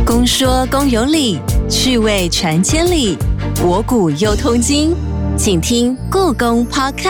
公说公有理，趣味传千里，博古又通今。请听故宫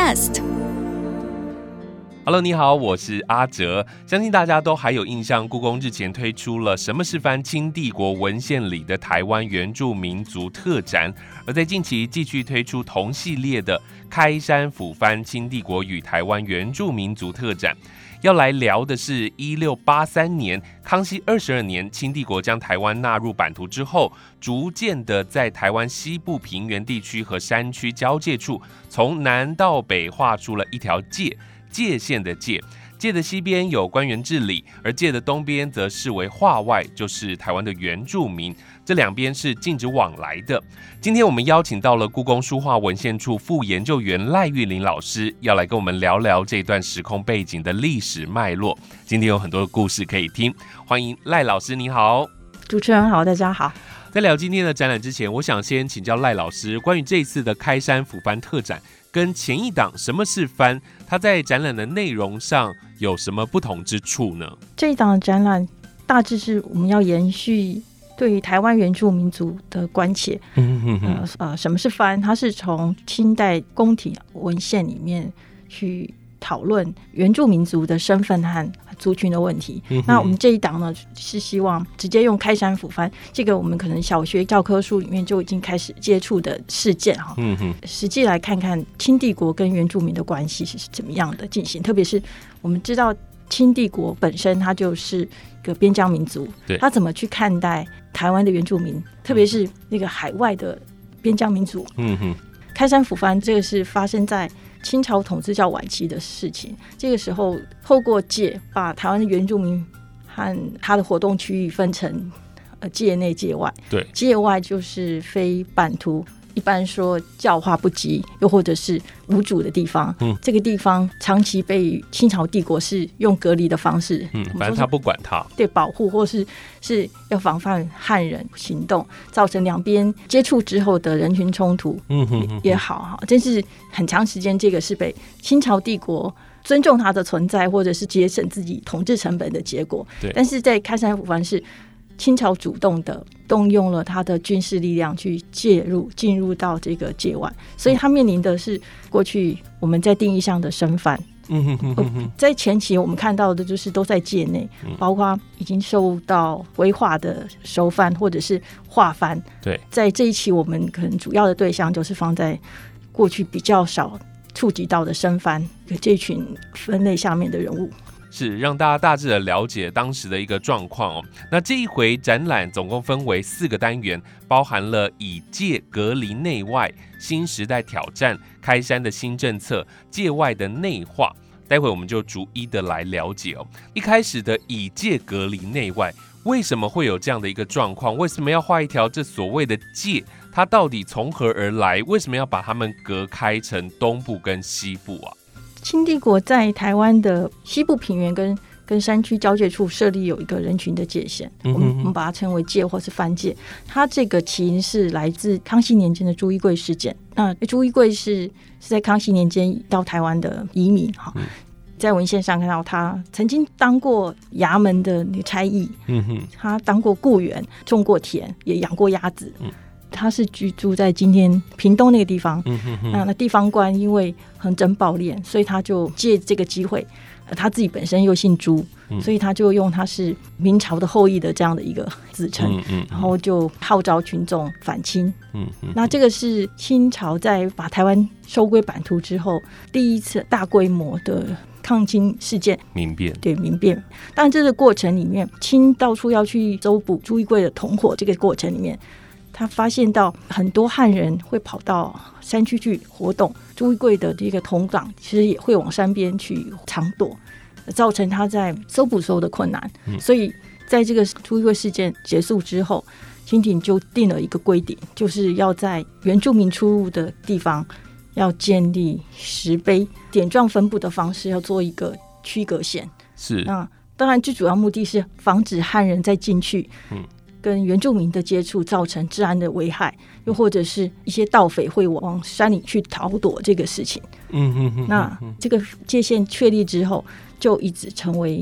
Podcast。Hello， 你好，我是阿哲。相信大家都还有印象，故宫日前推出了《什么是番：清帝国文献里的台湾原住民族特展》，而在近期继续推出同系列的《开山抚番：清帝国与台湾原住民族特展》。要来聊的是1683年康熙22年清帝国将台湾纳入版图之后，逐渐的在台湾西部平原地区和山区交界处，从南到北画出了一条界限的界。界的西边有官员治理，而界的东边则视为化外，就是台湾的原住民，这两边是禁止往来的。今天我们邀请到了故宫书画文献处副研究员赖玉玲老师，要来跟我们聊聊这段时空背景的历史脉络。今天有很多的故事可以听，欢迎赖老师，你好。 主持人好，大家好。 在聊今天的展览之前，我想先请教赖老师，关于这一次的开山抚番特展跟前一档什么是番，它在展览的内容上有什么不同之处呢？ 这一档的展览大致是我们要延续对于台湾原住民族的关切。什么是番？它是从清代宫体文献里面去讨论原住民族的身份和族群的问题。那我们这一档呢，是希望直接用开山抚番，这个我们可能小学教科书里面就已经开始接触的事件哈，实际来看看清帝国跟原住民的关系是怎么样的进行。特别是我们知道清帝国本身它就是一个边疆民族，它怎么去看待台湾的原住民，特别是那个海外的边疆民族。开山抚番这个是发生在清朝统治较晚期的事情，这个时候透过界把台湾的原住民和他的活动区域分成界内界外。对，界外就是非版图，一般说教化不及，又或者是无主的地方。这个地方长期被清朝帝国是用隔离的方式， 反正他不管他， 对，保护或是要防范汉人行动，造成两边接触之后的人群冲突也好，真是很长时间这个是被清朝帝国尊重它的存在，或者是节省自己统治成本的结果。但是在开山抚番是清朝主动的动用了他的军事力量去介入，进入到这个界外，所以他面临的是过去我们在定义上的生番。在前期我们看到的就是都在界内，包括已经受到规划的熟番或者是化番。对，在这一期我们可能主要的对象就是放在过去比较少触及到的生番这群分类下面的人物， 是让大家大致的了解当时的一个状况哦。那这一回展览总共分为4个单元，包含了以界隔离内外、新时代挑战、开山的新政策、界外的内化。待会我们就逐一的来了解哦。一开始的以界隔离内外，为什么会有这样的一个状况？为什么要画一条这所谓的界？它到底从何而来？为什么要把它们隔开成东部跟西部啊？ 清帝国在台湾的西部平原跟山区交界处设立有一个人群的界限，我们把它称为界或是番界。它这个起因是来自康熙年间的朱一贵事件。那朱一贵是在康熙年间到台湾的移民，在文献上看到他曾经当过衙门的那个差役，他当过雇员，种过田，也养过鸭子。他是居住在今天屏东那个地方。那地方官因为横征暴敛，所以他就借这个机会，他自己本身又姓朱，所以他就用他是明朝的后裔的这样的一个自称，然后就号召群众反清。那这个是清朝在把台湾收归版图之后第一次大规模的抗清事件， 民变。对， 民变。当然这个过程里面，清到处要去搜捕朱一贵的同伙，这个过程里面他发现到很多汉人会跑到山区去活动，朱一贵的这个同党其实也会往山边去藏躲，造成他在搜捕时候的困难。所以在这个朱一贵事件结束之后，清廷就定了一个规定，就是要在原住民出入的地方要建立石碑，点状分布的方式要做一个区隔线。是，那当然最主要目的是防止汉人再进去跟原住民的接触造成治安的危害，又或者是一些盗匪会往山里去逃躲这个事情。那这个界限确立之后，就一直成为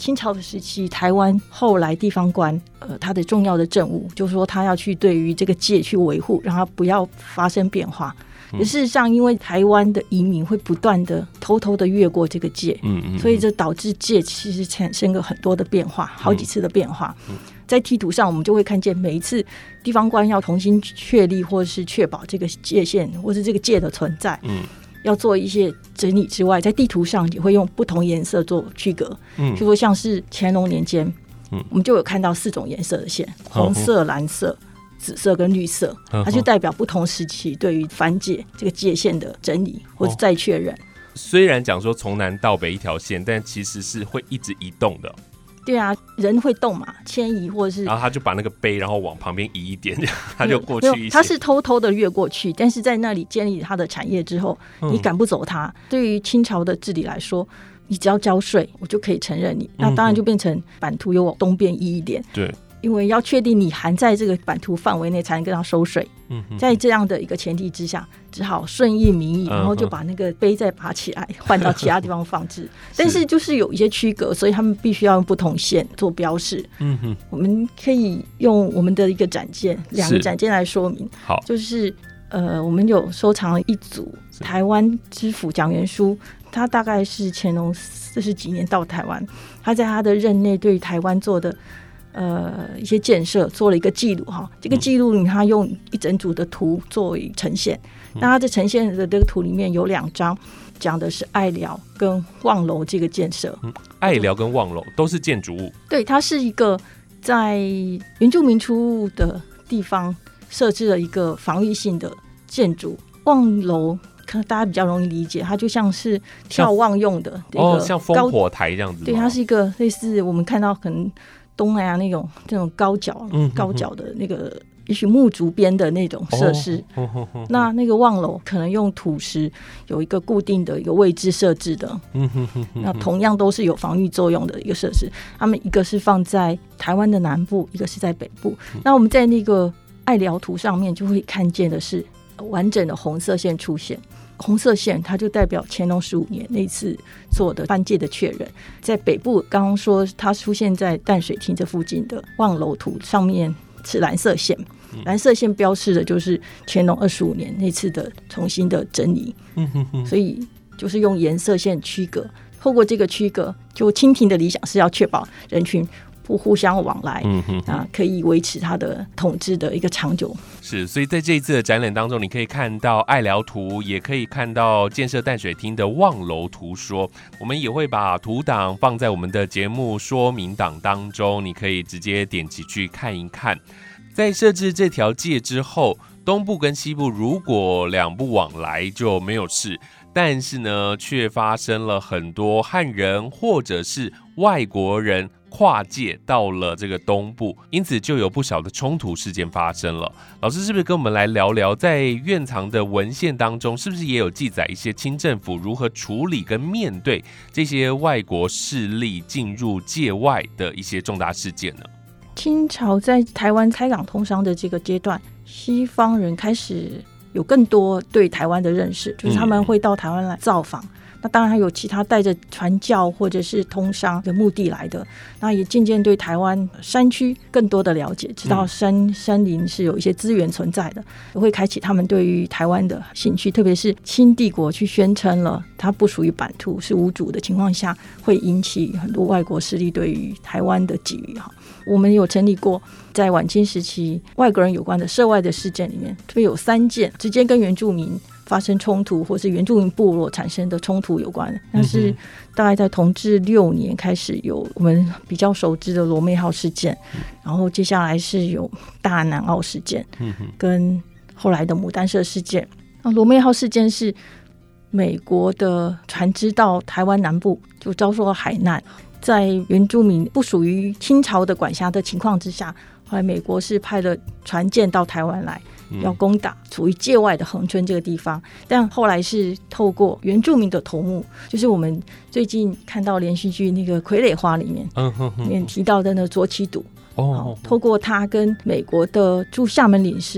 清朝的时期，台湾后来地方官他的重要的政务就是说他要去对于这个界去维护，让它不要发生变化。事实上因为台湾的移民会不断的偷偷的越过这个界，所以这导致界其实产生了很多的变化，好几次的变化。在地图上我们就会看见每一次地方官要重新确立或是确保这个界限或是这个界的存在，要做一些整理之外，在地图上也会用不同颜色做区隔。就说像是乾隆年间，我们就有看到4种颜色的线，红色、蓝色、紫色跟绿色，它就代表不同时期对于藩界这个界限的整理或者再确认。 虽然讲说从南到北一条线，但其实是会一直移动的。 对啊，人会动嘛，迁移或者是， 然后他就把那个碑然后往旁边移一点，他就过去一些。 他是偷偷的越过去，但是在那里建立他的产业之后，你赶不走他。对于清朝的治理来说，你只要交税，我就可以承认你。那当然就变成版图又往东边移一点。 对。 因为要确定你含在这个版图范围内才能跟他收税，在这样的一个前提之下，只好顺应民意，然后就把那个碑再拔起来换到其他地方放置。但是就是有一些区隔，所以他们必须要用不同线做标示。我们可以用我们的一个展件，2个展件来说明。 好， 就是我们有收藏了一组台湾知府蒋元书，他大概是乾隆40几年到台湾，他在他的任内对台湾做的一些建设做了一个记录哈，这个记录他用一整组的图作为呈现。那他在呈现的这个图里面有2张讲的是爱寮跟望楼这个建设。 爱寮跟望楼都是建筑物， 对，它是一个在原住民出入的地方设置了一个防御性的建筑。望楼可能大家比较容易理解，它就像是眺望用的一个像烽火台这样子。 对，它是一个类似我们看到可能东南亚那种高脚的那个，也许木竹编的那种设施。那个望楼可能用土石有一个固定的一个位置设置的。那同样都是有防御作用的一个设施。他们一个是放在台湾的南部，一个是在北部。那我们在那个爱寮图上面就会看见的是完整的红色线出现。红色线它就代表乾隆15年那次做的藩界的确认。在北部刚刚说它出现在淡水亭这附近的望楼图上面是蓝色线，蓝色线标示的就是乾隆25年那次的重新的整理。所以就是用颜色线区隔，透过这个区隔，就清廷的理想是要确保人群不互相往来，可以维持他的统治的一个长久。 是，所以在这一次的展览当中，你可以看到爱寮图，也可以看到建设淡水厅的望楼图说。我们也会把图档放在我们的节目说明档当中，你可以直接点击去看一看。在设置这条界之后，东部跟西部如果2不往来就没有事，但是呢，却发生了很多汉人或者是外国人跨界到了这个东部，因此就有不少的冲突事件发生了。老师是不是跟我们来聊聊，在院藏的文献当中，是不是也有记载一些清政府如何处理跟面对这些外国势力进入界外的一些重大事件呢？ 清朝在台湾开港通商的这个阶段，西方人开始有更多对台湾的认识，就是他们会到台湾来造访。那当然还有其他带着传教或者是通商的目的来的，那也渐渐对台湾山区更多的了解，知道山林是有一些资源存在的，也会开启他们对于台湾的兴趣。特别是清帝国去宣称了它不属于版图，是无主的情况下，会引起很多外国势力对于台湾的觊觎。我们有整理过在晚清时期外国人有关的涉外的事件里面，特别有3件直接跟原住民发生冲突或是原住民部落产生的冲突有关。但是大概在同治6年开始有我们比较熟知的罗妹号事件，然后接下来是有大南澳事件，跟后来的牡丹社事件。罗妹号事件是美国的船只到台湾南部就遭受了海难，在原住民不属于清朝的管辖的情况之下，后来美国是派了船舰到台湾来，要攻打处于界外的恒春这个地方。但后来是透过原住民的头目，就是我们最近看到连续剧那个傀儡花里面提到的那卓其笃，透过他跟美国的驻厦门领事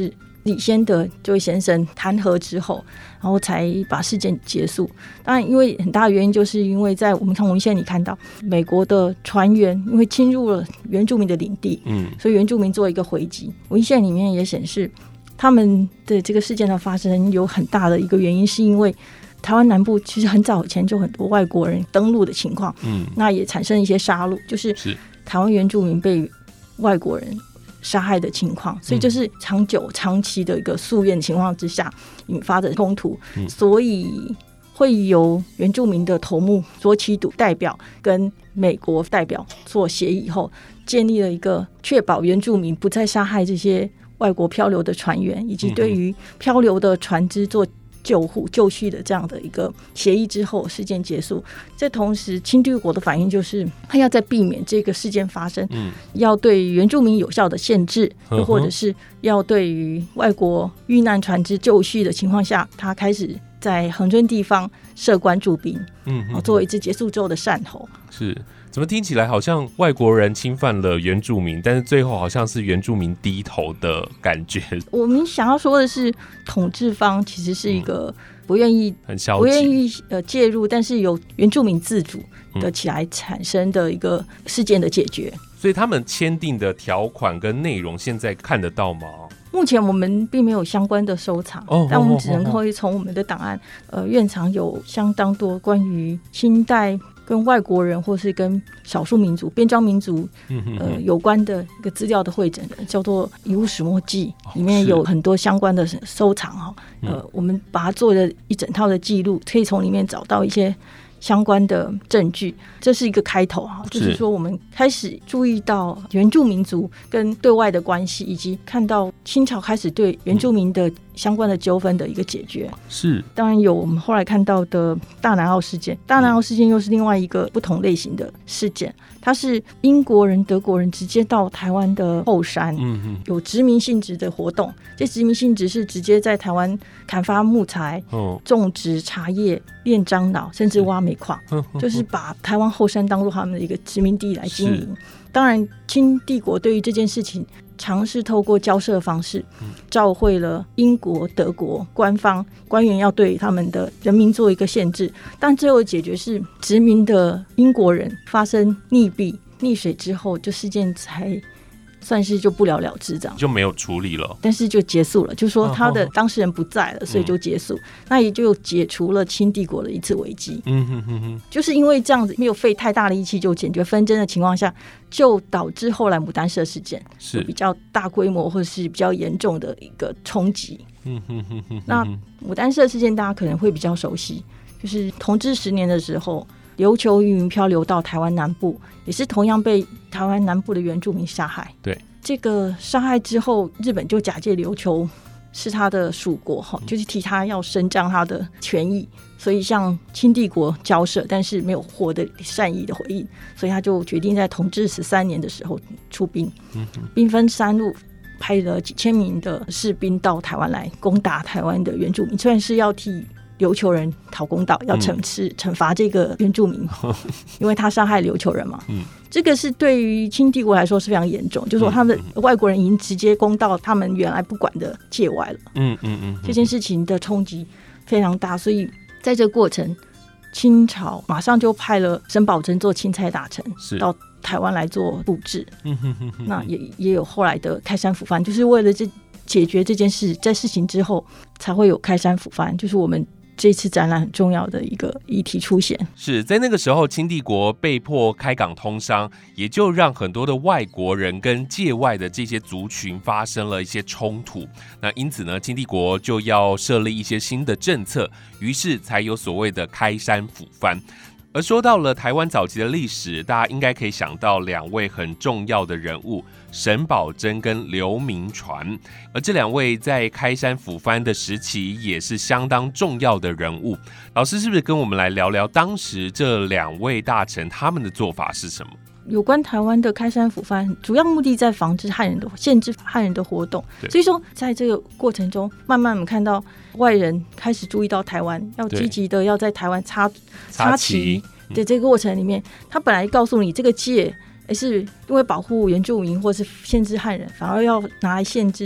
李先德这位先生弹劾之后，然后才把事件结束。当然因为很大的原因就是因为在我们从文献里看到美国的船员因为侵入了原住民的领地，所以原住民做一个回击。文献里面也显示他们的这个事件的发生有很大的一个原因是因为台湾南部其实很早以前就很多外国人登陆的情况，那也产生一些杀戮，就是台湾原住民被外国人杀害的情况，所以就是长期的一个宿怨情况之下引发的冲突，所以会由原住民的头目卓启笃代表跟美国代表做协议以后，建立了一个确保原住民不再杀害这些外国漂流的船员，以及对于漂流的船只做救护就绪的这样的一个协议之后，事件结束。这同时清帝国的反应就是他要在避免这个事件发生，要对原住民有效的限制，又或者是要对于外国遇难船只就绪的情况下，他开始在恒春地方设官驻兵，作为一次结束之后的善后。 是怎么听起来好像外国人侵犯了原住民，但是最后好像是原住民低头的感觉。 我们想要说的是，统治方其实是一个不愿意、 很消极、 不愿意介入，但是由原住民自主的起来产生的一个事件的解决。 所以他们签订的条款跟内容现在看得到吗？ 目前我们并没有相关的收藏，但我们只能够从我们的档案，院藏有相当多关于清代跟外国人或是跟少数民族边疆民族有关的一个资料的汇整，叫做《遗物始末记》，里面有很多相关的收藏，我们把它做了一整套的记录，可以从里面找到一些相关的证据。这是一个开头，就是说我们开始注意到原住民族跟对外的关系，以及看到清朝开始对原住民的相关的纠纷的一个解决。 是， 当然有我们后来看到的大南澳事件。大南澳事件又是另外一个不同类型的事件，它是英国人、德国人直接到台湾的后山，有殖民性质的活动。这殖民性质是直接在台湾砍伐木材、种植茶叶、炼樟脑，甚至挖煤矿，就是把台湾后山当作他们的一个殖民地来经营。当然清帝国对于这件事情尝试透过交涉方式召会了英国、德国官员，要对他们的人民做一个限制，但最后解决是殖民的英国人发生溺水之后，就事件才算是就不了了之，这样就没有处理了， 但是就结束了，就是说他的当事人不在了，所以就结束，那也就解除了清帝国的一次危机。就是因为这样子没有费太大的力气就解决纷争的情况下，就导致后来牡丹社事件是比较大规模或是比较严重的一个冲击。那牡丹社事件大家可能会比较熟悉，就是同治10年的时候，琉球渔民漂流到台湾南部，也是同样被台湾南部的原住民杀害。 对， 这个杀害之后，日本就假借琉球是他的属国，就是替他要伸张他的权益，所以向清帝国交涉，但是没有获得善意的回应，所以他就决定在同治13年的时候出兵，兵分3路，派了几千名的士兵到台湾来攻打台湾的原住民，虽然是要替琉球人讨公道，要惩罚这个原住民，因为他杀害琉球人嘛。这个是对于清帝国来说是非常严重，就是说他们的外国人已经直接攻到他们原来不管的界外了。这件事情的冲击非常大，所以在这个过程，清朝马上就派了沈葆桢做钦差大臣到台湾来做布置。那也有后来的开山抚番，就是为了解决这件事，在事情之后才会有开山抚番，就是我们这次展览很重要的一个议题出现。 是在那个时候，清帝国被迫开港通商，也就让很多的外国人跟界外的这些族群发生了一些冲突。那因此呢，清帝国就要设立一些新的政策，于是才有所谓的开山抚番。而说到了台湾早期的历史，大家应该可以想到2位很重要的人物，沈葆桢跟刘铭传。而这2位在开山抚番的时期也是相当重要的人物。老师是不是跟我们来聊聊当时这2位大臣他们的做法是什么？ 有关台湾的开山抚番，主要目的在防止限制汉人的活动。所以说在这个过程中，慢慢我们看到外人开始注意到台湾，要积极的要在台湾插旗的这个过程里面，他本来告诉你这个界是因为保护原住民或是限制汉人，反而要拿来限制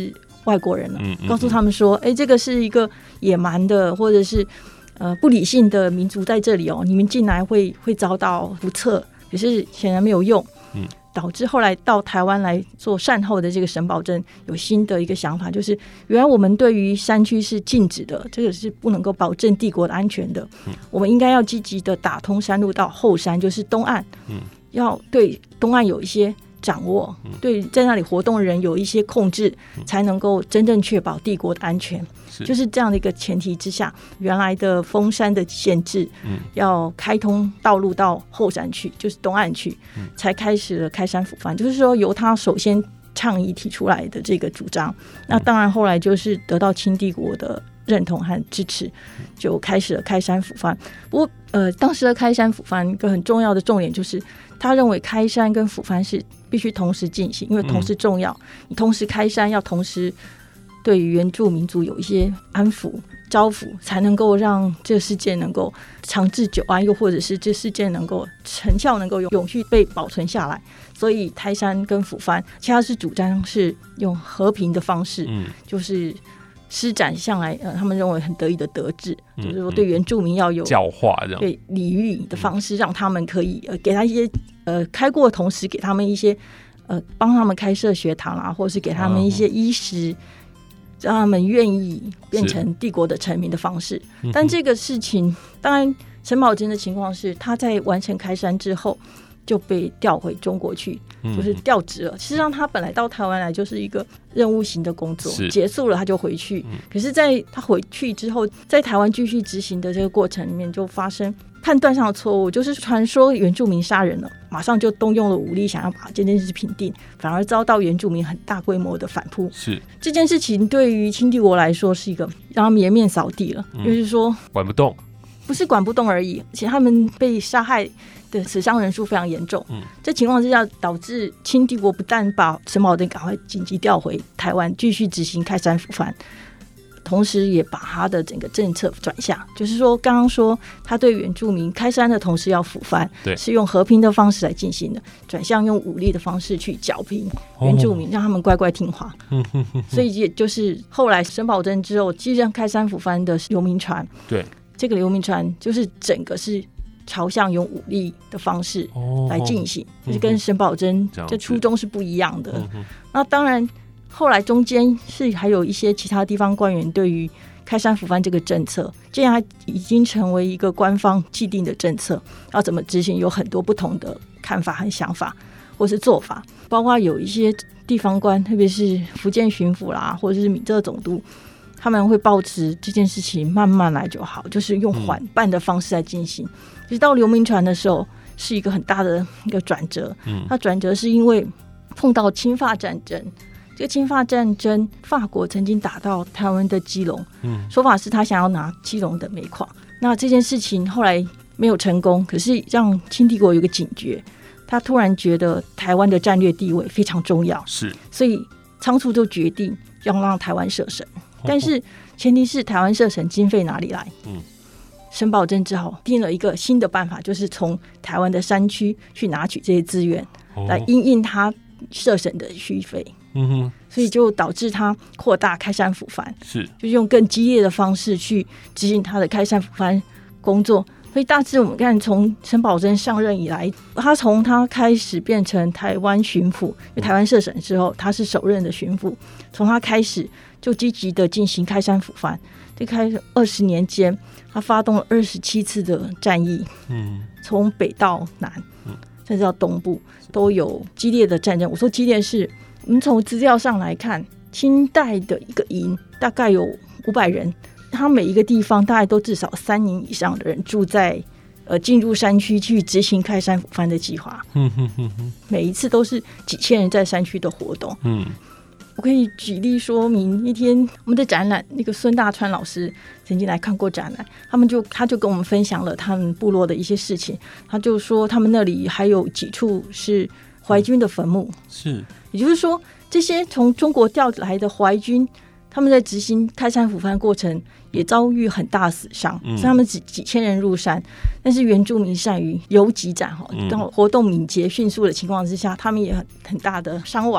外国人了，告诉他们说，这个是一个野蛮的或者是不理性的民族在这里哦，你们进来会遭到不测，可是显然没有用，导致后来到台湾来做善后的这个沈葆桢有新的一个想法，就是原来我们对于山区是禁止的，这个是不能够保证帝国的安全的，我们应该要积极的打通山路到后山，就是东岸，要对东岸有一些掌握，对在那里活动的人有一些控制，才能够真正确保帝国的安全。就是这样的一个前提之下，原来的封山的限制，要开通道路到后山去，就是东岸去，才开始了开山抚番，就是说由他首先倡议提出来的这个主张。那当然后来就是得到清帝国的认同和支持，就开始了开山抚番。不过当时的开山抚番一个很重要的重点就是他认为开山跟抚番是必须同时进行，因为同时重要，你同时开山要同时对于原住民族有一些安抚招抚，才能够让这个事件能够长治久安，又或者是这事件能够成效能够永续被保存下来。所以开山跟抚番其实他是主张是用和平的方式，就是施展向来他们认为很得意的德治，就是说对原住民要有教化这样， 对礼遇的方式，让他们可以给他一些开过的同时给他们一些帮他们开设学堂啦，或是给他们一些衣食，让他们愿意变成帝国的臣民的方式。但这个事情当然沈葆桢的情况是他在完成开山之后就被调回中国去，就是调职了。实际上他本来到台湾来就是一个任务型的工作，结束了他就回去，可是在他回去之后在台湾继续执行的这个过程里面就发生判断上的错误，就是传说原住民杀人了，马上就动用了武力想要把这件事平定，反而遭到原住民很大规模的反扑。是这件事情对于清帝国来说是一个让他们颜面扫地了，就是说管不动， 不是管不动而已，其实他们被杀害的死伤人数非常严重。这情况之下导致清帝国不但把沈葆桢赶快紧急调回台湾继续执行开山抚番，同时也把他的整个政策转向，就是说刚刚说他对原住民开山的同时要抚番，是用和平的方式来进行的，转向用武力的方式去剿平原住民，让他们乖乖听话。所以也就是后来沈葆桢之后继任开山抚番的刘铭传，对，这个刘铭传就是整个是朝向用武力的方式来进行，就是跟沈葆桢这初衷是不一样的。那当然后来中间是还有一些其他地方官员对于开山抚番这个政策，既然它已经成为一个官方既定的政策，要怎么执行有很多不同的看法和想法或是做法，包括有一些地方官，特别是福建巡抚啦或者是闽浙总督，他们会抱持这件事情慢慢来就好，就是用缓办的方式来进行。其实到刘铭传的时候是一个很大的一个转折，它转折是因为碰到清法战争。这个清法战争法国曾经打到台湾的基隆，说法是他想要拿基隆的煤矿，那这件事情后来没有成功，可是让清帝国有个警觉，他突然觉得台湾的战略地位非常重要，是，所以仓促就决定要让台湾设省，但是前提是台湾设省经费哪里来？沈葆桢只好定了一个新的办法，就是从台湾的山区去拿取这些资源，来因应他设省的需费。所以就导致他扩大开山抚番，是就用更激烈的方式去执行他的开山抚番工作。所以大致我们看从沈葆桢上任以来，从他开始变成台湾巡抚，因为台湾设省之后他是首任的巡抚，从他开始就积极的进行开山抚番。这开始20年间，他发动了27次的战役，从北到南，甚至到东部都有激烈的战争。我说激烈是我们从资料上来看，清代的一个营大概有500人，他每一个地方大概都至少3营以上的人住在进入山区去执行开山抚番的计划。每一次都是几千人在山区的活动。我可以举例说明，一天我们的展览，那个孙大川老师曾经来看过展览，他就跟我们分享了他们部落的一些事情。他就说他们那里还有几处是淮军的坟墓，是，也就是说这些从中国调来的淮军，他们在执行开山抚番过程也遭遇很大死伤，是他们几千人入山，但是原住民善于游击战，活动敏捷迅速的情况之下，他们也很大的伤亡。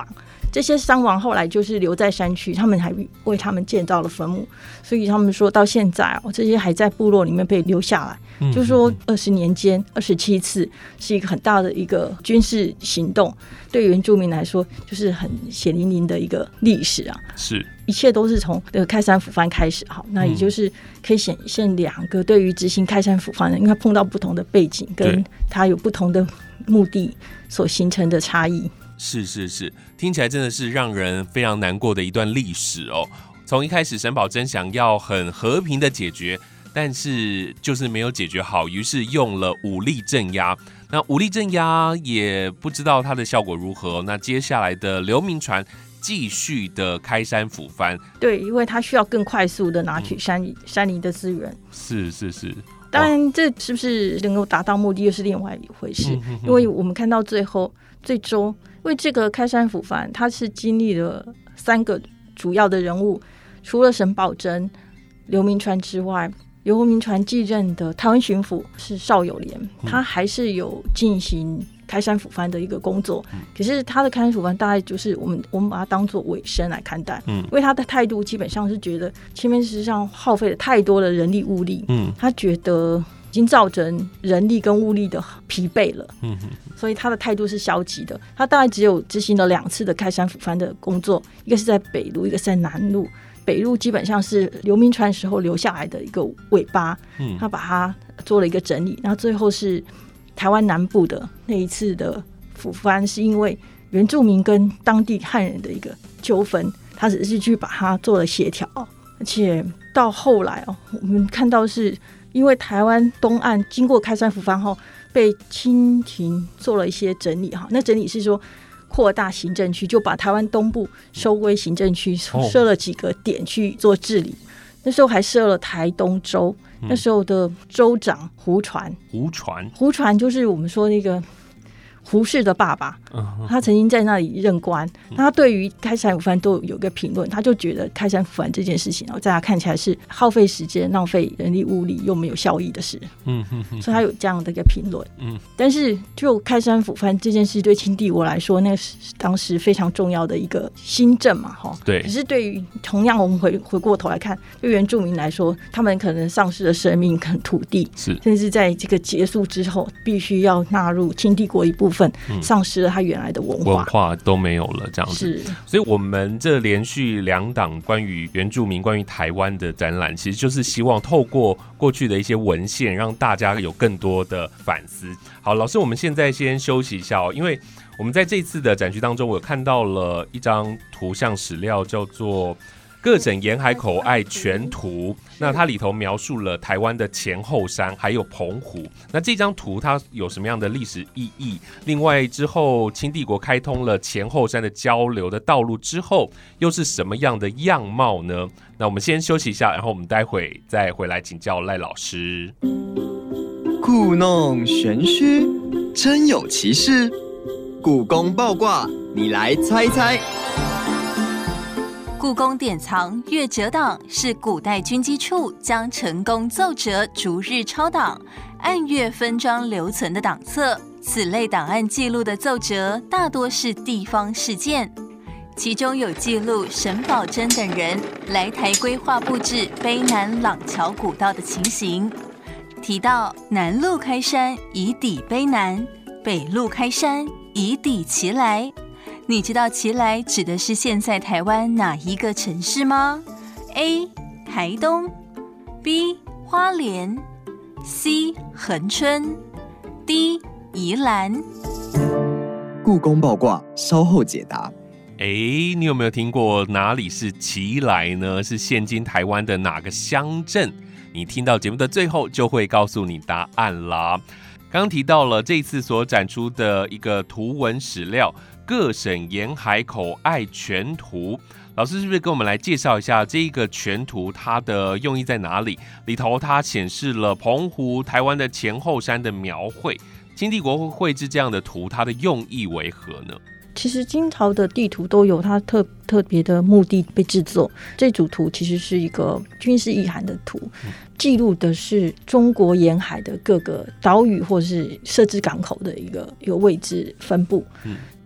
这些伤亡后来就是留在山区，他们还为他们建造了坟墓，所以他们说到现在这些还在部落里面被留下来，就是说20年间27次是一个很大的一个军事行动，对原住民来说就是很血淋淋的一个历史啊。 是， 一切都是从开山抚番开始。好，那也就是可以显现两个对于执行开山抚番的，因为他碰到不同的背景，跟他有不同的目的所形成的差异。 是，听起来真的是让人非常难过的一段历史哦。从一开始沈葆桢想要很和平的解决，但是就是没有解决好，于是用了武力镇压。那武力镇压也不知道它的效果如何。那接下来的刘铭传继续的开山抚番，对， 因为他需要更快速的拿取山林的资源。 是。 当然，这是不是能够达到目的又是另外一回事。因为我们看到最终，因为这个开山抚番，它是经历了3个主要的人物，除了沈葆桢、刘铭传之外，刘铭传继任的台湾巡抚是邵友莲，他还是有进行开山抚番的一个工作，可是他的开山抚番大概就是我们把它当作尾声来看待，因为他的态度基本上是觉得前面事实上耗费了太多的人力物力，他觉得已经造成人力跟物力的疲惫了，所以他的态度是消极的。他大概只有执行了2次的开山抚番的工作，一个是在北路，一个是在南路。北路基本上是刘铭传时候留下来的一个尾巴，他把它做了一个整理，然后最后是台湾南部的那一次的抚番，是因为原住民跟当地汉人的一个纠纷，他只是去把它做了协调，而且到后来我们看到是因为台湾东岸经过开山抚番后被清廷做了一些整理，那整理是说扩大行政区，就把台湾东部收归行政区，设了几个点去做治理。那时候还设了台东州，那时候的州长胡传就是我们说那个胡适的爸爸，他曾经在那里任官，他对于开山抚番都有一个评论，他就觉得开山抚番这件事情在他看起来是耗费时间、浪费人力物力又没有效益的事，所以他有这样的一个评论。但是就开山抚番这件事对清帝国来说，那是当时非常重要的一个新政嘛，对。可是对于同样我们回过头来看，对原住民来说，他们可能丧失了生命、跟土地，甚至在这个结束之后，必须要纳入清帝国一部分。丧失了他原来的文化都没有了，这样子。所以我们这连续2档关于原住民、关于台湾的展览，其实就是希望透过过去的一些文献，让大家有更多的反思。好，老师，我们现在先休息一下因为我们在这次的展区当中，我有看到了一张图像史料，叫做各省沿海口岸全图，那它里头描述了台湾的前后山还有澎湖。那这张图它有什么样的历史意义？另外之后清帝国开通了前后山的交流的道路之后，又是什么样的样貌呢？那我们先休息一下，然后我们待会再回来请教赖老师。 故弄玄虚，真有其事；故宫爆卦，你来猜猜。 故宫典藏月折档是古代军机处将成功奏折逐日抄档，按月分装留存的档册。此类档案记录的奏折大多是地方事件，其中有记录沈葆桢等人来台规划布置卑南朗桥古道的情形，提到南路开山以抵卑南，北路开山以抵奇莱。你知道奇莱指的是现在台湾哪一个城市吗？ A. 台东 B. 花莲 C. 恒春 D. 宜兰。 故宫爆卦稍后解答。 你有没有听过哪里是奇莱呢？是现今台湾的哪个乡镇？你听到节目的最后就会告诉你答案啦。刚提到了这一次所展出的一个图文史料，各省沿海口岸全图。老师是不是跟我们来介绍一下这一个全图它的用意在哪里？里头它显示了澎湖、台湾的前后山的描绘。清帝国绘制这样的图，它的用意为何呢？ 其实清朝的地图都有它特别的目的被制作。这组图其实是一个军事意涵的图，记录的是中国沿海的各个岛屿或是设置港口的一个位置分布。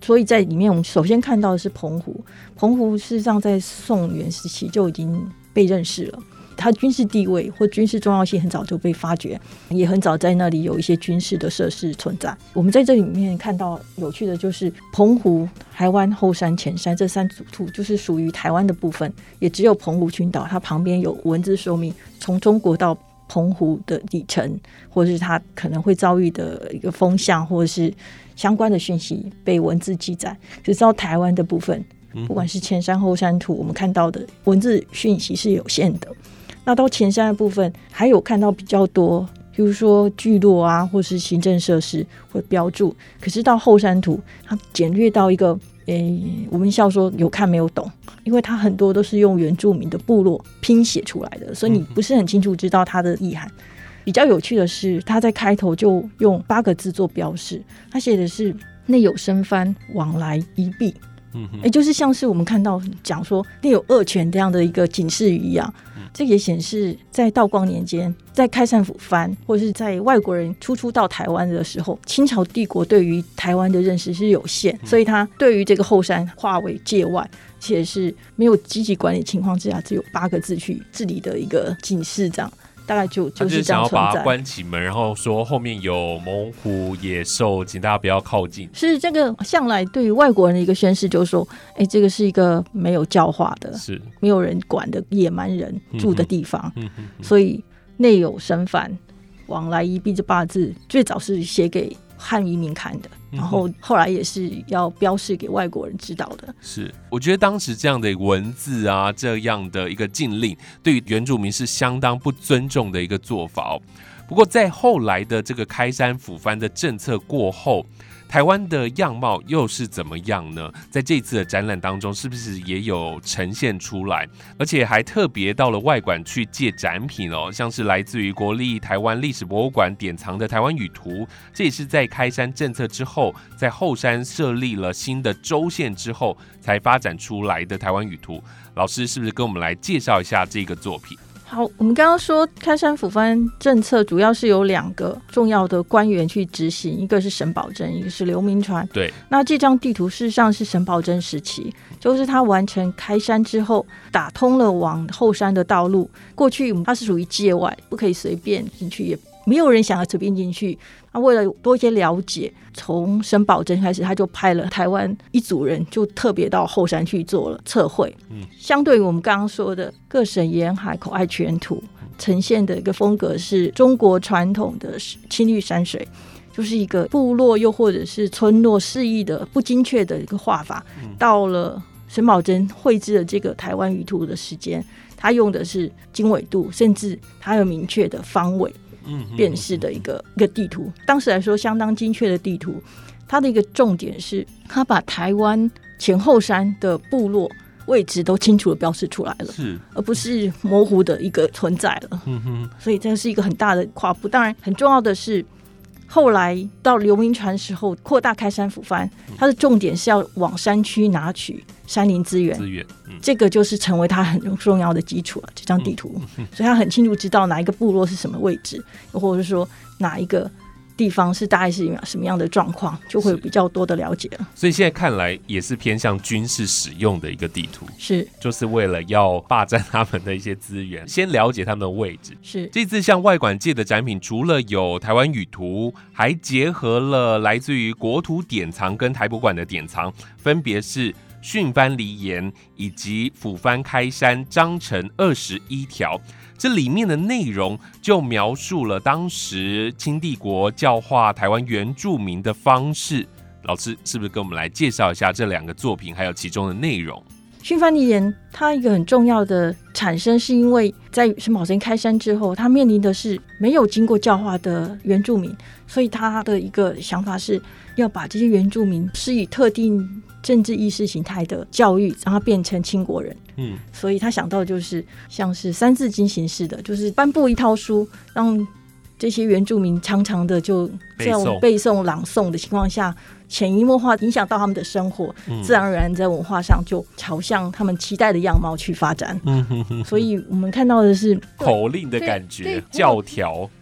所以在里面我们首先看到的是澎湖。澎湖事实上在宋元时期就已经被认识了，它军事地位或军事重要性很早就被发掘，也很早在那里有一些军事的设施存在。我们在这里面看到有趣的就是澎湖、台湾、后山、前山这3组图就是属于台湾的部分，也只有澎湖群岛它旁边有文字说明从中国到澎湖的里程，或者是它可能会遭遇的一个风向，或者是相关的讯息被文字记载。只知道台湾的部分，不管是前山后山图，我们看到的文字讯息是有限的。那到前山的部分还有看到比较多，比如说聚落啊，或是行政设施或标注。可是到后山图它简略到一个我们笑说有看没有懂，因为它很多都是用原住民的部落拼写出来的，所以你不是很清楚知道它的意涵。比较有趣的是他在开头就用8个字做标示，他写的是内有生番，往来一避，就是像是我们看到讲说内有恶犬这样的一个警示语一样。这也显示在道光年间，在开山抚番或是在外国人初到台湾的时候，清朝帝国对于台湾的认识是有限，所以他对于这个后山划为界外，且是没有积极管理情况之下，只有8个字去治理的一个警示，这样大概就是这样存在。 他就是想要把它关起门，然后说后面有猛虎野兽，请大家不要靠近。是这个向来对于外国人的一个宣示，就是说，这个是一个没有教化的，是没有人管的野蛮人住的地方，所以内有生番，往来一避这8个字，最早是写给汉移民看的，然后后来也是要标示给外国人知道的。 是，我觉得当时这样的文字啊，这样的一个禁令，对于原住民是相当不尊重的一个做法哦。不过在后来的这个开山抚番的政策过后，台湾的样貌又是怎么样呢？在这次的展览当中，是不是也有呈现出来？而且还特别到了外馆去借展品哦，像是来自于国立台湾历史博物馆典藏的台湾语图，这也是在开山政策之后，在后山设立了新的州县之后才发展出来的台湾语图。老师是不是跟我们来介绍一下这个作品？ 好，我们刚刚说开山抚番政策主要是由2个重要的官员去执行，一个是沈葆桢，一个是刘铭传。 对， 那这张地图事实上是沈葆桢时期，就是他完成开山之后，打通了往后山的道路。过去它是属于界外，不可以随便进去，也没有人想要随便进去。他为了多一些了解，从沈葆桢开始，他就派了台湾一组人，就特别到后山去做了测绘。相对于我们刚刚说的各省沿海口岸全图，呈现的一个风格是中国传统的青绿山水，就是一个部落又或者是村落示意的不精确的一个画法。到了沈葆桢绘制的这个台湾语图的时间，他用的是经纬度，甚至他有明确的方位辨识的一个地图，当时来说相当精确的地图。它的一个重点是，它把台湾前后山的部落位置都清楚的标示出来了，而不是模糊的一个存在了。所以这是一个很大的跨步。当然，很重要的是，后来到刘铭传时候扩大开山抚番，它的重点是要往山区拿取山林资源，这个就是成为它很重要的基础了。这张地图，所以他很清楚知道哪一个部落是什么位置，或者是说哪一个地方是大概是什么样的状况，就会有比较多的了解了。 所以现在看来也是偏向军事使用的一个地图， 是就是为了要霸占他们的一些资源，先了解他们的位置。 是这次向外馆借的展品，除了有台湾语图，还结合了来自于国土典藏跟台博馆的典藏，分别是训番黎言以及抚番开山章程21条。这里面的内容就描述了当时清帝国教化台湾原住民的方式。老师是不是跟我们来介绍一下这2个作品还有其中的内容？ 训番黎言它一个很重要的产生，是因为在沈葆桢开山之后，他面临的是没有经过教化的原住民，所以他的一个想法是要把这些原住民施以特定政治意识形态的教育，让他变成清国人。所以他想到就是像是三字经形式的，就是颁布一套书，让这些原住民常常的就在背诵朗诵的情况下，潜移默化影响到他们的生活，自然而然在文化上就朝向他们期待的样貌去发展。所以我们看到的是口令的感觉，教条。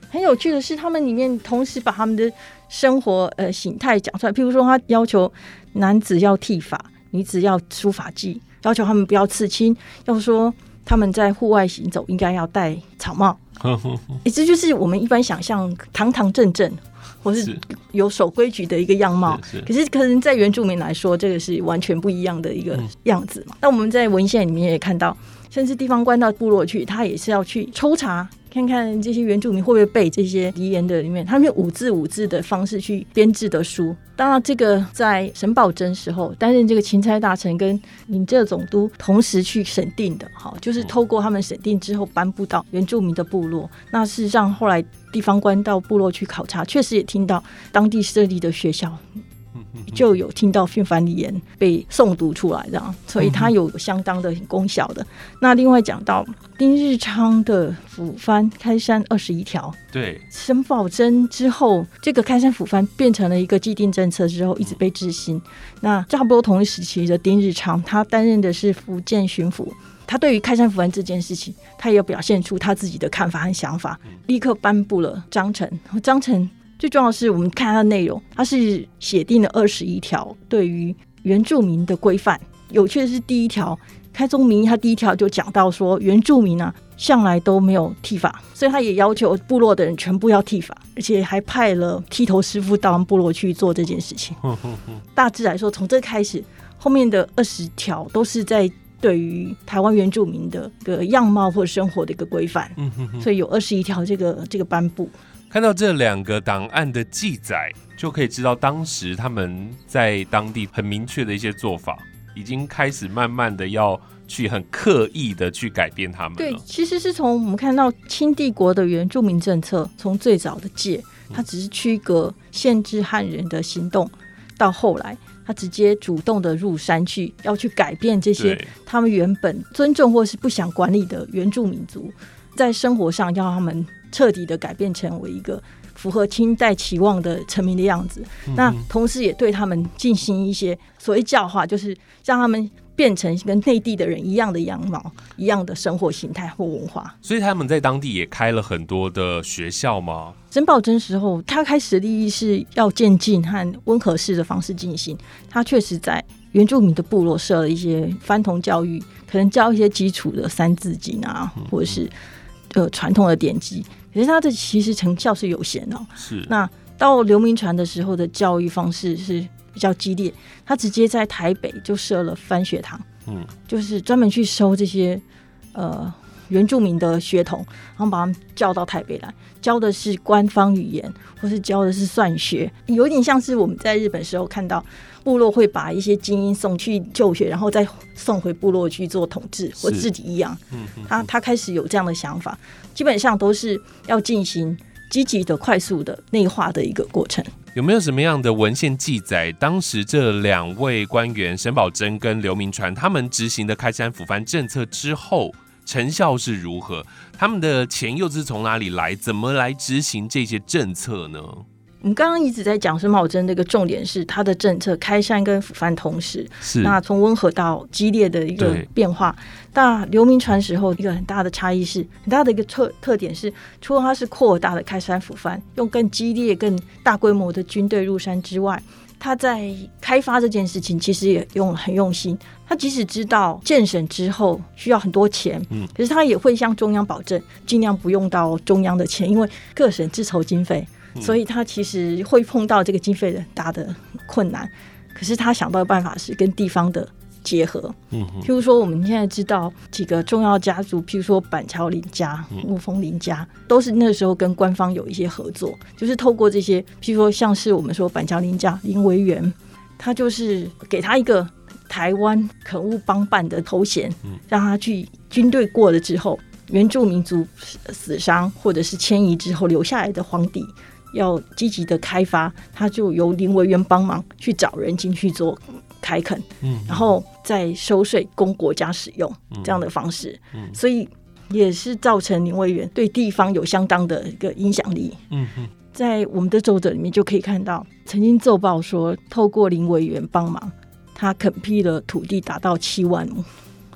很有趣的是，他们里面同时把他们的生活形态讲出来。譬如说，他要求男子要剃发，女子要梳发髻，要求他们不要刺青，要说他们在户外行走应该要戴草帽。这就是我们一般想象堂堂正正或是有守规矩的一个样貌，可是可能在原住民来说，这个是完全不一样的一个样子嘛。那我们在文献里面也看到，甚至地方官到部落去，他也是要去抽查看看这些原住民会不会背这些遗言的里面，他们用五字的方式去编制的书。当然这个在沈葆桢时候担任这个钦差大臣跟闽浙总督同时去审定的，就是透过他们审定之后颁布到原住民的部落。那事实上后来地方官到部落去考察，确实也听到当地设立的学校就有听到训番里言被诵读出来的，所以它有相当的功效的。那另外讲到丁日昌的府番开山21条， 对， 沈葆桢之后，这个开山府番变成了一个既定政策之后，一直被执行。那差不多同一时期的丁日昌，他担任的是福建巡抚，他对于开山府番这件事情，他也有表现出他自己的看法和想法，立刻颁布了章程。章程最重要的是，我们看它的内容，它是写定了21条对于原住民的规范。有趣的是，第一条开宗明义，他第一条就讲到说，原住民啊向来都没有剃发，所以他也要求部落的人全部要剃发，而且还派了剃头师傅到部落去做这件事情。大致来说，从这开始，后面的20条都是在对于台湾原住民的一个样貌或生活的一个规范，所以有21条这个颁布。 看到这2个档案的记载，就可以知道当时他们在当地很明确的一些做法，已经开始慢慢的要去很刻意的去改变他们了。 对，其实是从我们看到清帝国的原住民政策，从最早的戒，它只是区隔限制汉人的行动，到后来他直接主动的入山去，要去改变这些他们原本尊重或是不想管理的原住民族，在生活上要他们彻底的改变成为一个符合清代期望的臣民的样子。那同时也对他们进行一些所谓教化，就是让他们变成跟内地的人一样的样貌，一样的生活形态或文化。 所以他们在当地也开了很多的学校吗？ 沈葆桢时候，他开始的利益是要渐进和温和式的方式进行。他确实在原住民的部落设了一些番童教育，可能教一些基础的三字经啊，或者是传统的典籍。可是他的其实成效是有限的。 是。 那到刘铭传的时候的教育方式是比较激烈，他直接在台北就设了番学堂，就是专门去收这些原住民的学童，然后把他们叫到台北来，教的是官方语言，或是教的是算学，有点像是我们在日本时候看到部落会把一些精英送去就学，然后再送回部落去做统治或治理一样。他开始有这样的想法，基本上都是要进行积极的、快速的内化的一个过程。 有没有什么样的文献记载，当时这2位官员沈葆桢跟刘铭传他们执行的开山抚番政策之后成效是如何？他们的钱又是从哪里来？怎么来执行这些政策呢？ 我们刚刚一直在讲沈葆桢这个重点是他的政策开山跟抚番同时，那从温和到激烈的一个变化。那刘铭传时候一个很大的差异是，很大的一个特点是，除了他是扩大的开山抚番，用更激烈更大规模的军队入山之外，他在开发这件事情其实也很用心。他即使知道建省之后需要很多钱，可是他也会向中央保证尽量不用到中央的钱，因为各省自筹经费，所以他其实会碰到这个经费很大的困难。可是他想到的办法是跟地方的结合，譬如说我们现在知道几个重要家族，譬如说板桥林家、雾峰林家，都是那个时候跟官方有一些合作，就是透过这些，譬如说像是我们说板桥林家林维元，他就是给他一个台湾垦务帮办的头衔，让他去军队过了之后，原住民族死伤或者是迁移之后留下来的荒地要积极的开发，他就由林维元帮忙去找人进去做开垦，然后再收税供国家使用，这样的方式，所以也是造成林维元对地方有相当的一个影响力。在我们的奏折里面就可以看到，曾经奏报说透过林维元帮忙，他垦辟了土地达到7万亩，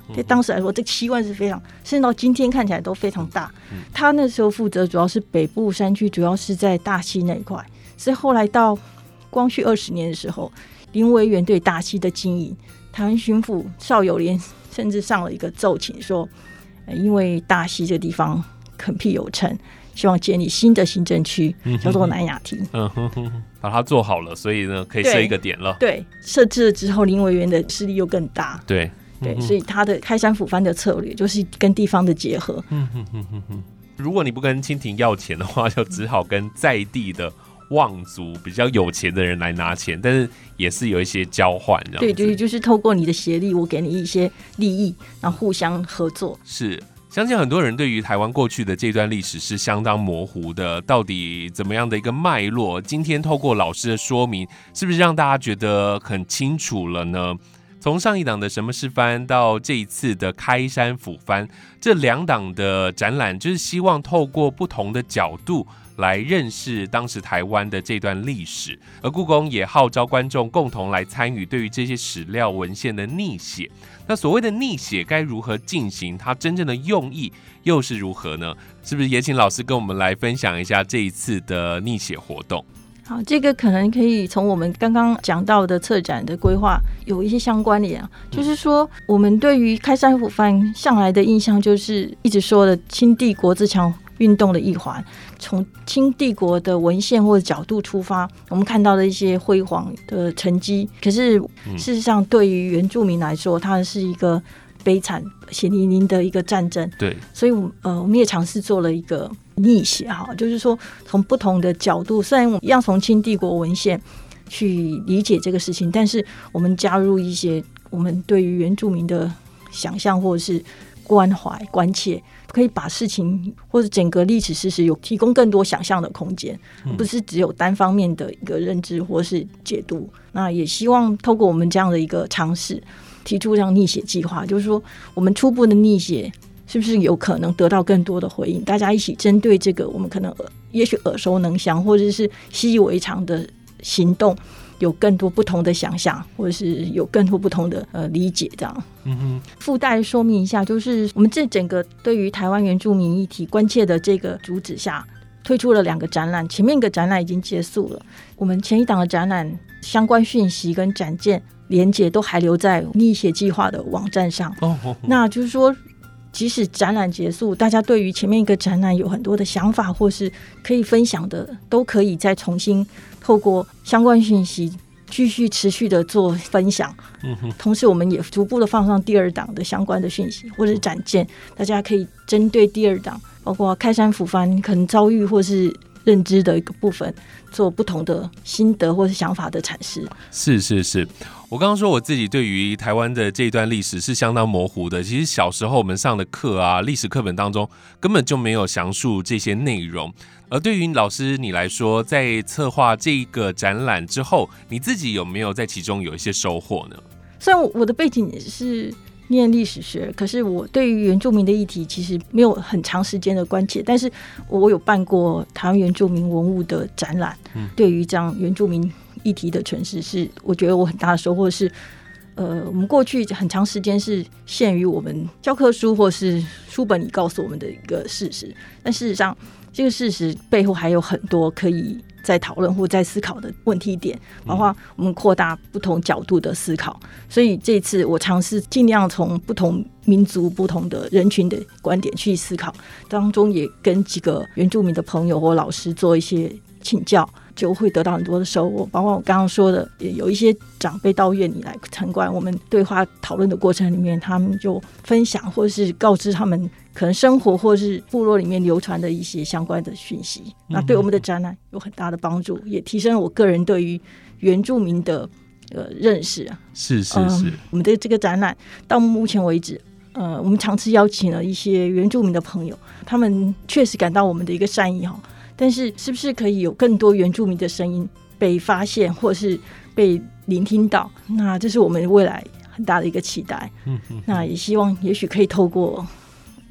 对当时来说，这7万是非常，甚至到今天看起来都非常大。他那时候负责主要是北部山区，主要是在大溪那一块，所以后来到光绪20年的时候，林维源对大溪的经营，台湾巡抚邵友莲甚至上了一个奏请说，因为大溪这个地方垦辟有成，希望建立新的行政区，叫做南雅堤。 把它做好了，所以呢可以设一个点了。 对，设置了之后，林维源的势力又更大。 对， 所以他的开山抚番的策略就是跟地方的结合。 如果你不跟清廷要钱的话，就只好跟在地的望族比较有钱的人来拿钱，但是也是有一些交换这样子。 对，就是透过你的协力，我给你一些利益，然后互相合作。 是。相信很多人对于台湾过去的这段历史是相当模糊的，到底怎么样的一个脉络？今天透过老师的说明，是不是让大家觉得很清楚了呢？从上一档的什么是番到这一次的开山抚番，这2档的展览就是希望透过不同的角度来认识当时台湾的这段历史，而故宫也号召观众共同来参与对于这些史料文献的逆写。那所谓的逆写该如何进行？它真正的用意又是如何呢？是不是也请老师跟我们来分享一下这一次的逆写活动？ 好，这个可能可以从我们刚刚讲到的策展的规划有一些相关联啊。就是说，我们对于开山抚番向来的印象就是一直说的清帝国自强运动的一环，从清帝国的文献或者角度出发，我们看到的一些辉煌的成绩。可是事实上，对于原住民来说，它是一个悲惨血淋淋的一个战争。 对， 所以我们也尝试做了一个逆写，就是说从不同的角度，虽然我们一样从清帝国文献去理解这个事情，但是我们加入一些我们对于原住民的想象或者是关怀关切，可以把事情或者整个历史事实有提供更多想象的空间，不是只有单方面的一个认知或是解读。那也希望透过我们这样的一个尝试，提出这样逆写计划，就是说我们初步的逆写是不是有可能得到更多的回应，大家一起针对这个我们可能也许耳熟能详或者是习以为常的行动有更多不同的想象，或者是有更多不同的理解这样。附带说明一下，就是我们这整个对于台湾原住民议题关切的这个主旨下，推出了2个展览，前面一个展览已经结束了，我们前一档的展览相关讯息跟展件连结都还留在逆写计划的网站上。那就是说即使展览结束，大家对于前面一个展览有很多的想法或是可以分享的，都可以再重新透过相关讯息继续持续的做分享。同时我们也逐步的放上第2档的相关的讯息或者展件，大家可以针对第2档包括开山抚番可能遭遇或是认知的一个部分做不同的心得或是想法的阐释。 是，我刚刚说我自己对于台湾的这一段历史是相当模糊的，其实小时候我们上的课啊，历史课本当中根本就没有详述这些内容。而对于老师你来说，在策划这个展览之后，你自己有没有在其中有一些收获呢？ 虽然我的背景也是念历史学，可是我对于原住民的议题其实没有很长时间的关切，但是我有办过台湾原住民文物的展览，对于这样原住民议题的诠释是我觉得我很大的收获是我们过去很长时间是限于我们教科书或是书本里告诉我们的一个事实，但事实上这个事实背后还有很多可以在讨论或在思考的问题点，包括我们扩大不同角度的思考。所以这次我尝试尽量从不同民族不同的人群的观点去思考，当中也跟几个原住民的朋友或老师做一些请教，就会得到很多的收获。包括我刚刚说的，也有一些长辈到院里来参观，我们对话讨论的过程里面，他们就分享或是告知他们可能生活或是部落里面流传的一些相关的讯息，那对我们的展览有很大的帮助，也提升了我个人对于原住民的认识。 是我们的这个展览到目前为止我们尝试邀请了一些原住民的朋友，他们确实感到我们的一个善意，但是是不是可以有更多原住民的声音被发现或是被聆听到，那这是我们未来很大的一个期待。那也希望也许可以透过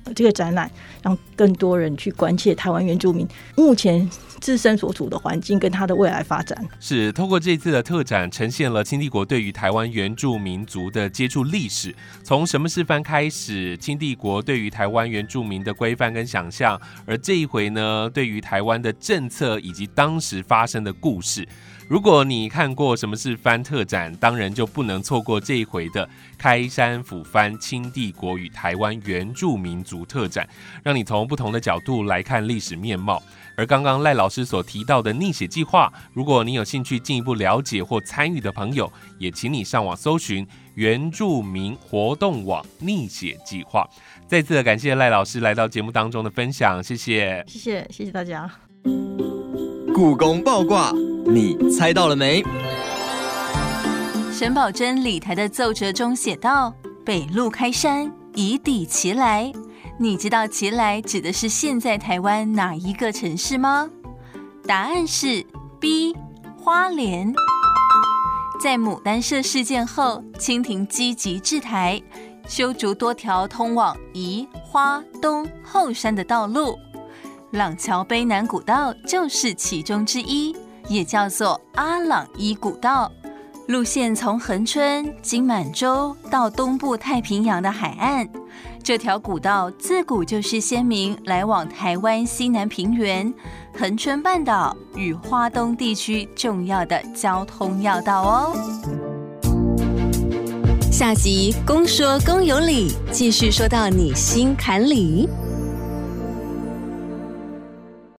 这个展览，让更多人去关切台湾原住民目前自身所处的环境跟他的未来发展。 是透过这次的特展，呈现了清帝国对于台湾原住民族的接触历史，从什么是番开始，清帝国对于台湾原住民的规范跟想象，而这一回呢，对于台湾的政策以及当时发生的故事。如果你看过什么是番特展，当然就不能错过这一回的开山抚番清帝国与台湾原住民族特展，让你从不同的角度来看历史面貌。而刚刚赖老师所提到的逆写计划，如果你有兴趣进一步了解或参与的朋友，也请你上网搜寻原住民活动网逆写计划。再次的感谢赖老师来到节目当中的分享，谢谢。 谢谢大家。 故宫爆卦，你猜到了没？ 沈葆桢礼台的奏折中写道：北路开山，以抵其来。你知道其来指的是现在台湾哪一个城市吗？答案是 B 花莲。在牡丹社事件后，清廷积极治台，修筑多条通往宜、花东、后山的道路，朗桥卑南古道就是其中之一，也叫做阿朗伊古道。路线从恒春、金满洲到东部太平洋的海岸。这条古道自古就是先民来往台湾西南平原、恒春半岛与花东地区重要的交通要道哦。下集公说公有理，继续说到你心坎里。